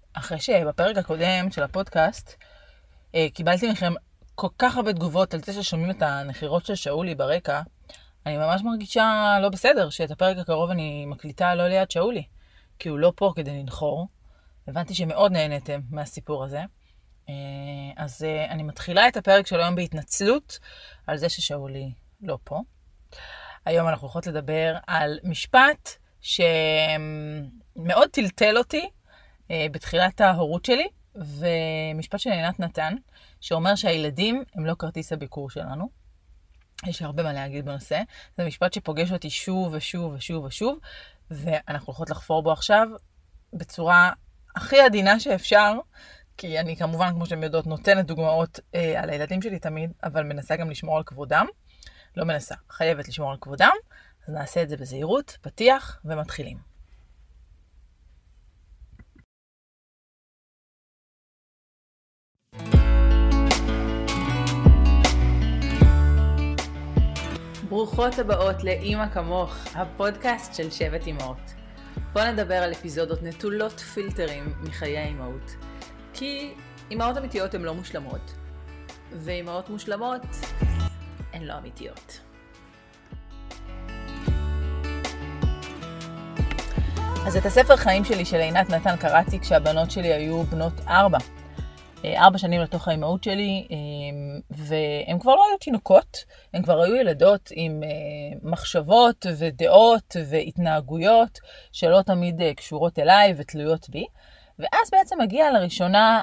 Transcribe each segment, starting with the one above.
אחרי שבפרק הקודם של הפודקאסט קיבלתי מכם כל כך הרבה תגובות על זה ששומעים את הנחירות של שאולי ברקע, אני ממש מרגישה לא בסדר שאת הפרק הקרוב אני מקליטה לא ליד שאולי, כי הוא לא פה כדי לנחור. הבנתי שמאוד נהניתם מהסיפור הזה. אז אני מתחילה את הפרק של היום בהתנצלות על זה ששאולי לא פה. היום אנחנו הולכות לדבר על משפט שמאוד טלטל אותי בתחילת ההורות שלי, ומשפט של עינת נתן, שאומר שהילדים הם לא כרטיס הביקור שלנו. יש הרבה מה להגיד בנושא. זה משפט שפוגש אותי שוב ושוב ושוב ושוב, ואנחנו הולכות לחפור בו עכשיו בצורה הכי עדינה שאפשר, כי אני כמובן, כמו שאתם יודעות, נותנת דוגמאות על הילדים שלי תמיד, אבל מנסה גם לשמור על כבודם. לא מנסה, חייבת לשמור על כבודם, אז נעשה את זה בזהירות, פתיח ומתחילים. ברוכות הבאות לאמא כמוך, הפודקאסט של שבט אמהות. בוא נדבר על אפיזודות נטולות פילטרים מחיי האמהות. כי אמהות אמיתיות הן לא מושלמות, ואמהות מושלמות הן לא אמיתיות. אז את הספר חיים שלי של עינת נתן קראתי כשהבנות שלי היו בנות 4. 4 שנים לתוך האימהות שלי, והן כבר לא היו תינוקות, הן כבר היו ילדות עם מחשבות ודעות והתנהגויות שלא תמיד קשורות אליי ותלויות בי. ואז בעצם מגיעים לראשונה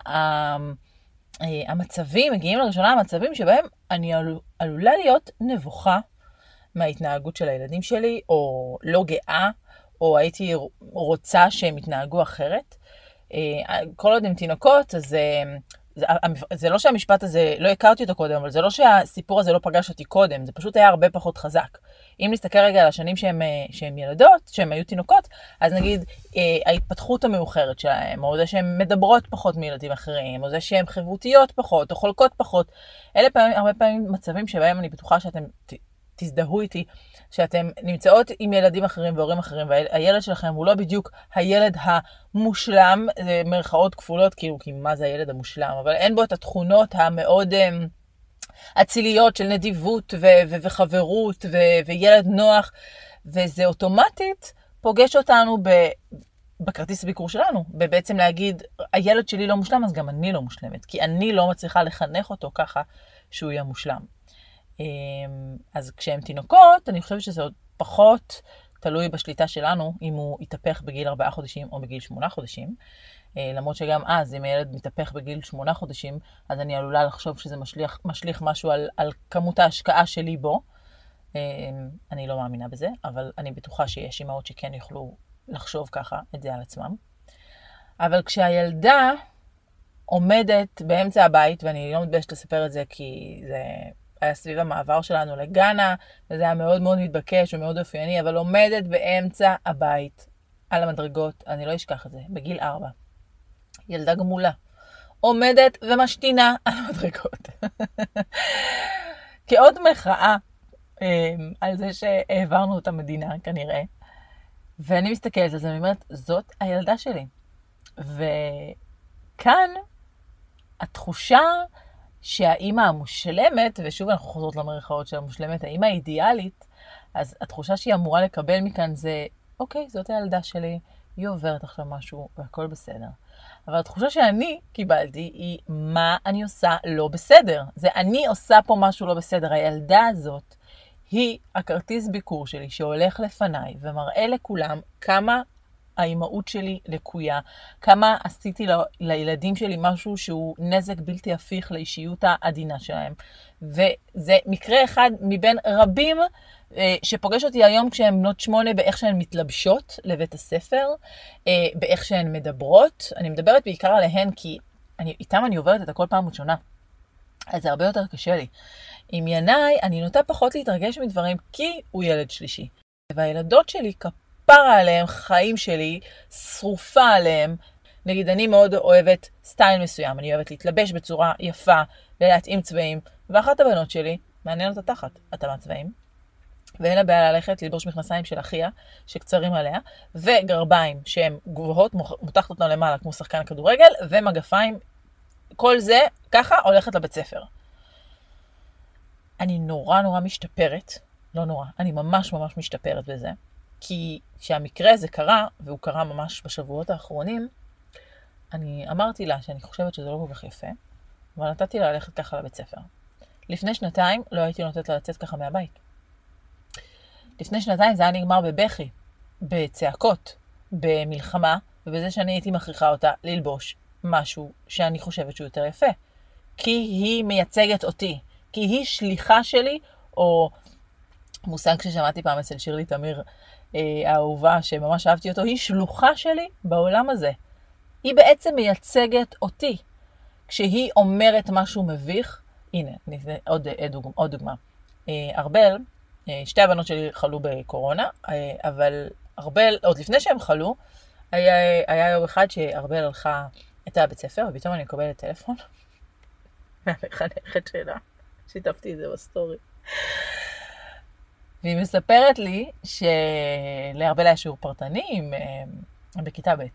המצבים שבהם אני עלולה להיות נבוכה מההתנהגות של הילדים שלי, או לא גאה, או הייתי רוצה שהם יתנהגו אחרת. כל עוד הם תינוקות, אז זה לא שהמשפט הזה, לא הכרתי אותו קודם, אבל זה לא שהסיפור הזה לא פגש אותי קודם, זה פשוט היה הרבה פחות חזק. אם נסתכל רגע על השנים שהן ילדות, שהן היו תינוקות, אז נגיד ההתפתחות המאוחרת שלהם, או זה שהן מדברות פחות מילדים אחרים, או זה שהן חברותיות פחות, או חולקות פחות, אלה הרבה פעמים מצבים שבהם אני בטוחה שאתם תזדהו איתי, שאתם נמצאות עם ילדים אחרים והורים אחרים, והילד שלכם הוא לא בדיוק הילד המושלם, מרכאות כפולות, כאילו, כי מה זה הילד המושלם, אבל אין בו את התכונות המאוד אציליות של נדיבות וחברות וילד נוח, וזה אוטומטית פוגש אותנו בכרטיס הביקור שלנו, בעצם להגיד, הילד שלי לא מושלם, אז גם אני לא מושלמת, כי אני לא מצליחה לחנך אותו ככה שהוא יהיה מושלם. אז כשהם תינוקות, אני חושבת שזה עוד פחות תלוי בשליטה שלנו, אם הוא יתהפך בגיל 4 חודשים או בגיל 8 חודשים. למרות שגם אז, אם הילד מתהפך בגיל 8 חודשים, אז אני עלולה לחשוב שזה משליך משהו על כמות ההשקעה שלי בו. אני לא מאמינה בזה, אבל אני בטוחה שיש אמהות שכן יוכלו לחשוב ככה את זה על עצמם. אבל כשהילדה עומדת באמצע הבית, ואני לא מתביישת לספר את זה כי זה היה סביב המעבר שלנו לגנה, וזה היה מאוד מאוד מתבקש ומאוד אופייני, אבל עומדת באמצע הבית על המדרגות, אני לא אשכח את זה, בגיל 4. ילדה גמולה. עומדת ומשתינה על המדרגות. כעוד מחאה על זה שהעברנו את המדינה כנראה. ואני מסתכלת על זה, אני אומרת, זאת הילדה שלי. וכאן התחושה שהאימא המושלמת, ושוב אנחנו חוזרות למרכאות של המושלמת, האימא האידיאלית, אז התחושה שהיא אמורה לקבל מכאן זה, אוקיי, זאת הילדה שלי, היא עוברת עכשיו משהו והכל בסדר. אבל התחושה שאני קיבלתי היא, מה אני עושה לא בסדר? זה אני עושה פה משהו לא בסדר. הילדה הזאת היא הכרטיס ביקור שלי שהולך לפניי ומראה לכולם כמה האימהות שלי לקויה, כמה עשיתי לילדים שלי משהו שהוא נזק בלתי הפיך לאישיות העדינה שלהם. וזה מקרה אחד מבין רבים שפוגש אותי היום כשהן בנות 8 באיך שהן מתלבשות לבית הספר, באיך שהן מדברות. אני מדברת בעיקר עליהן כי איתם אני עוברת את הכל פעם ראשונה. אז זה הרבה יותר קשה לי. עם ינאי אני נוטה פחות להתרגש מדברים כי הוא ילד שלישי. והילדות שלי כפרה עליהם, חיים שלי, שרופה עליהם. נגיד, אני מאוד אוהבת סטייל מסוים, אני אוהבת להתלבש בצורה יפה, להתאים צבעים, ואחת הבנות שלי, מעניין אותה תחת התאמת צבעים, ואין לה בעיה ללכת ללבוש מכנסיים של אחיה, שקצרים עליה, וגרביים שהן גבוהות, מותחת אותנו למעלה כמו שחקן כדורגל, ומגפיים, כל זה ככה הולכת לבית ספר. אני נורא משתפרת, לא נורא, אני ממש משתפרת בזה, כי כשהמקרה הזה קרה, והוא קרה ממש בשבועות האחרונים, אני אמרתי לה שאני חושבת שזה לא כל כך יפה, אבל נתתי לה ללכת ככה לבית ספר. לפני 2 לא הייתי נותנת לה לצאת ככה מהבית. לפני 2 זה היה נגמר בבכי, בצעקות, במלחמה, ובזה שאני הייתי מכריחה אותה ללבוש משהו שאני חושבת שהוא יותר יפה. כי היא מייצגת אותי, כי היא שליחה שלי, או מושג ששמעתי פעם אצל שירלי תמיר, האהובה, שממש אהבתי אותו, היא שלוחה שלי בעולם הזה. היא בעצם מייצגת אותי. כשהיא אומרת משהו מביך, הנה, עוד דוגמה. ארבל, 2 הבנות שלי חלו בקורונה, אבל ארבל, עוד לפני שהם חלו, היה יום אחד שארבל הלכה את הבית ספר, ופתאום אני מקבלת טלפון, מהמחנכת שלה, שיתפתי את זה בסטורי. והיא מספרת לי שלארבל היה שיעור פרטני בכיתה ב'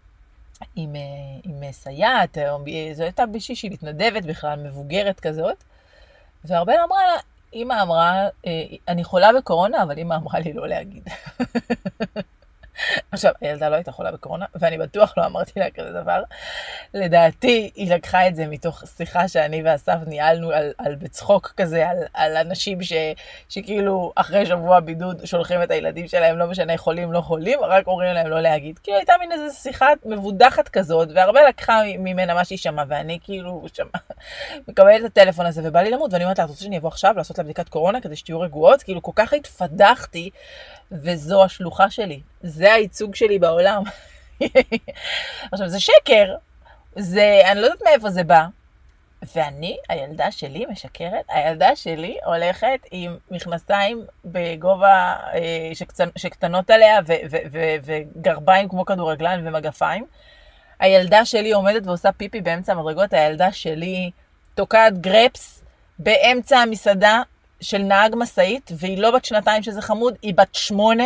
עם סייעת, זו הייתה בישהי שהיא מתנדבת בכלל, מבוגרת כזאת, וארבל אמרה לה, אמא אמרה, אני חולה בקורונה, אבל אמא אמרה לי לא להגיד. עכשיו, הילדה לא הייתה חולה בקורונה, ואני בטוח לא אמרתי לה כזה דבר. לדעתי, היא לקחה את זה מתוך שיחה שאני ואסף ניהלנו על בצחוק כזה, על אנשים שכאילו אחרי שבוע בידוד שולחים את הילדים שלהם, לא משנה חולים, לא חולים, רק אומרים להם לא להגיד. כאילו הייתה מין איזו שיחה מבודחת כזאת, והרבה לקחה ממנה מה שהיא שמעה, ואני כאילו מקבלת את הטלפון הזה, ובא לי למות, ואני אומרת לה, את רוצה שאני אבוא עכשיו לעשות לה בדיקת קורונה, כדי שתהיו רגועות? כאילו כל כך התפדחתי, וזו השלוחה שלי. זה הייצוג שלי בעולם. עכשיו, זה שקר. אני לא יודעת מאיפה זה בא. ואני, הילדה שלי משקרת. הילדה שלי הולכת עם מכנסיים בגובה שקטנות עליה, וגרביים כמו כדורגלן ומגפיים. הילדה שלי עומדת ועושה פיפי באמצע המדרגות. הילדה שלי תוקעת גרפס באמצע המסעדה של נהג מסעית, והיא לא בת 2 שזה חמוד, היא בת 8.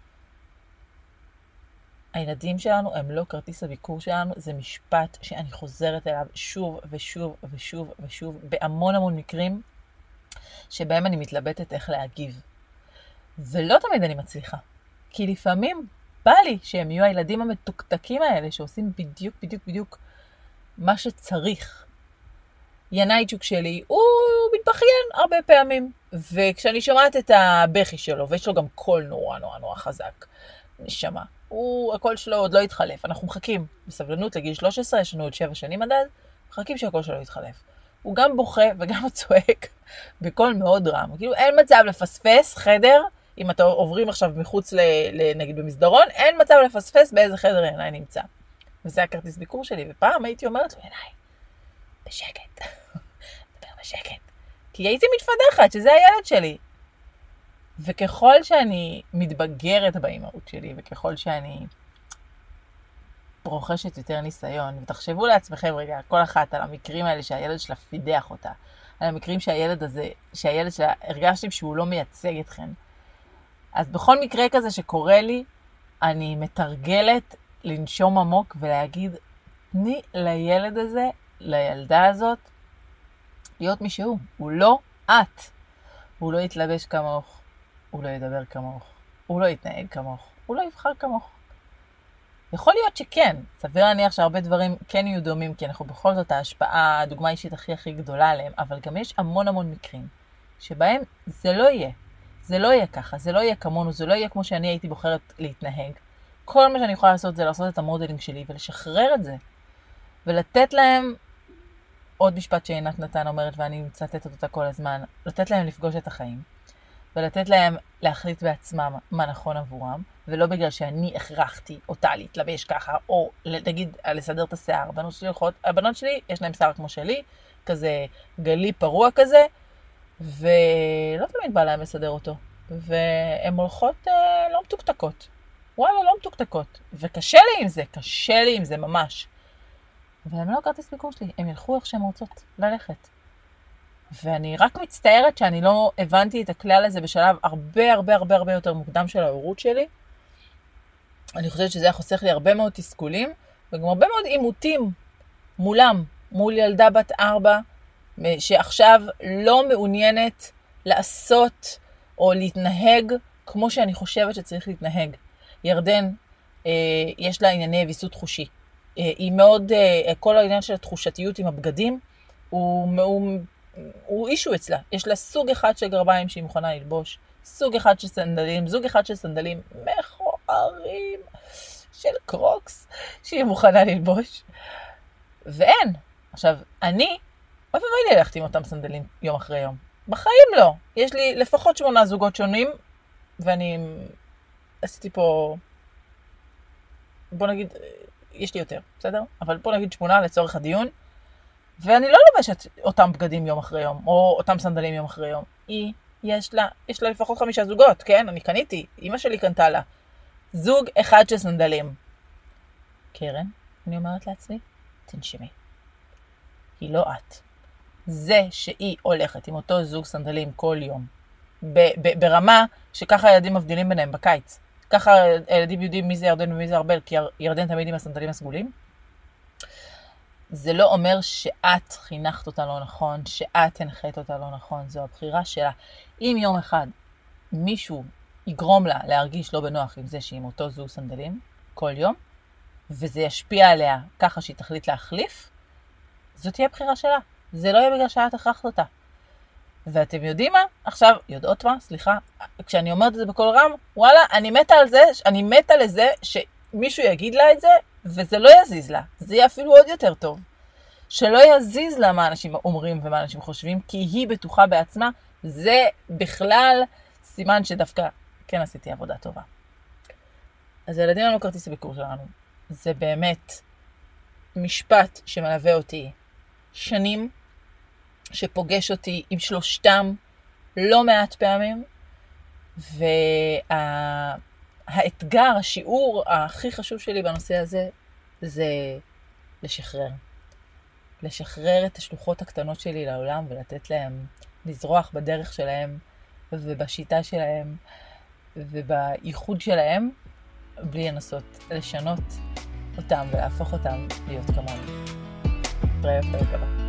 הילדים שלנו הם לא כרטיס הביקור שלנו, זה משפט שאני חוזרת אליו שוב ושוב ושוב ושוב, בהמון מקרים שבהם אני מתלבטת איך להגיב. ולא תמיד אני מצליחה, כי לפעמים בא לי שהם יהיו הילדים המתוקתקים האלה, שעושים בדיוק מה שצריך. ינאיצ'וק שלי, הוא מתבכיין הרבה פעמים, וכשאני שומעת את הבכי שלו, ויש לו גם קול נורא חזק, נשמע, הקול שלו עוד לא התחלף, אנחנו מחכים בסבלנות לגיל 13, יש לנו עוד 7 שנים עד אז, מחכים שהקול שלו יתחלף. הוא גם בוכה וגם צועק בקול מאוד רם, כאילו אין מצב לפספס חדר, אם אתה עוברים עכשיו מחוץ נגיד במסדרון, אין מצב לפספס באיזה חדר ינאי נמצא. וזה הכרטיס ביקור שלי, ופעם הייתי אומרת לו, ינאי, בשקט, דבר בשקט. כי הייתי מתפדחת שזה הילד שלי. וככל שאני מתבגרת באימהות שלי, וככל שאני רוכשת יותר ניסיון, ותחשבו לעצמכם רגע, כל אחת על המקרים האלה שהילד שלה פידח אותה, על המקרים שהילד שלה הרגשתם שהוא לא מייצג אתכם. אז בכל מקרה כזה שקורה לי, אני מתרגלת לנשום עמוק ולהגיד, תני לילד הזה, לילדה הזאת, להיות מי שהוא. הוא לא את. הוא לא יתלבש כמוך. הוא לא ידבר כמוך. הוא לא יתנהג כמוך. הוא לא יבחר כמוך. יכול להיות שכן. סביר להניח שהרבה דברים כן יהיו דומים, כי אנחנו בכל זאת ההשפעה, הדוגמה האישית הכי גדולה עליהם, אבל גם יש המון מקרים שבהם זה לא יהיה. זה לא יהיה ככה. זה לא יהיה כמונו. זה לא יהיה כמו שאני הייתי בוחרת להתנהג. כל מה שאני יכולה לעשות זה לעשות את המודלינג שלי ולשחרר את זה. ולתת להם עוד משפט שעינת נתן אומרת, ואני מצטטת אותה כל הזמן, לתת להם לפגוש את החיים, ולתת להם להחליט בעצמם מה נכון עבורם, ולא בגלל שאני הכרחתי אותה להתלבש ככה, או נגיד לסדר את השיער. הבנות שלי יש להם שיער כמו שלי, כזה גלי פרוע כזה, ולא תמיד בא להם לסדר אותו. והן הולכות לא מתוקתקות. וואלה, לא מתוקתקות. וקשה לי עם זה ממש. אבל הם לא כרטיס ביקור שלי, הם ילכו איך שהם רוצות ללכת. ואני רק מצטערת שאני לא הבנתי את הכלל הזה בשלב הרבה הרבה הרבה הרבה יותר מוקדם של ההורות שלי. אני חושבת שזה היה חוסך לי הרבה מאוד תסכולים, וגם הרבה מאוד עימותים מולם, מול ילדה בת 4, שעכשיו לא מעוניינת לעשות או להתנהג כמו שאני חושבת שצריך להתנהג. ירדן, יש לה ענייני ויסות חושי. היא מאוד, כל העניין של התחושתיות עם הבגדים, הוא אישו אצלה. יש לה סוג אחד של גרביים שהיא מוכנה ללבוש, סוג אחד של סנדלים מכוערים של קרוקס שהיא מוכנה ללבוש. ואין. עכשיו, אני, אוי ובואי ללכת עם אותם סנדלים יום אחרי יום. בחיים לא. יש לי לפחות 8 זוגות שונים, ואני עשיתי פה, בוא נגיד, יש לי יותר, בסדר? אבל בוא נגיד 8 לצורך הדיון, ואני לא לובשת אותם בגדים יום אחרי יום, או אותם סנדלים יום אחרי יום. יש לה לפחות 5 זוגות, כן? אני קניתי, אמא שלי קנתה לה. זוג אחד של סנדלים. קרן, אני אומרת לעצמי, תנשמי. היא לא את. זה שהיא הולכת עם אותו זוג סנדלים כל יום, ברמה שככה הילדים מבדילים ביניהם בקיץ. ככה הילדים יודעים מי זה ירדן ומי זה ארבל, כי ירדן תמיד עם הסנדלים הסגולים. זה לא אומר שאת חינכת אותה לא נכון, שאת הנחית אותה לא נכון, זו הבחירה שלה. אם יום אחד מישהו יגרום לה להרגיש לא בנוח עם זה שהיא עם אותו זוג סנדלים כל יום, וזה ישפיע עליה ככה שהיא תחליט להחליף, זו תהיה בחירה שלה. זה לא יהיה בגלל שאת הכרחת אותה. ואתם יודעים מה? עכשיו, יודעות מה? סליחה. כשאני אומרת את זה בכל רם, וואלה, אני מתה לזה שמישהו יגיד לה את זה, וזה לא יזיז לה. זה יהיה אפילו עוד יותר טוב. שלא יזיז לה מה אנשים אומרים ומה אנשים חושבים, כי היא בטוחה בעצמה. זה בכלל סימן שדווקא כן עשיתי עבודה טובה. אז הילדים לנו כרטיס הביקור שלנו. זה באמת משפט שמלווה אותי שנים, שפוגש אותי עם 3 לא מעט פעמים, והאתגר, השיעור הכי חשוב שלי בנושא הזה, זה לשחרר. לשחרר את השלוחות הקטנות שלי לעולם, ולתת להם לזרוח בדרך שלהם, ובשיטה שלהם, ובייחוד שלהם, בלי לנסות לשנות אותם ולהפוך אותם להיות כמוני. נתראה בפרק הבא.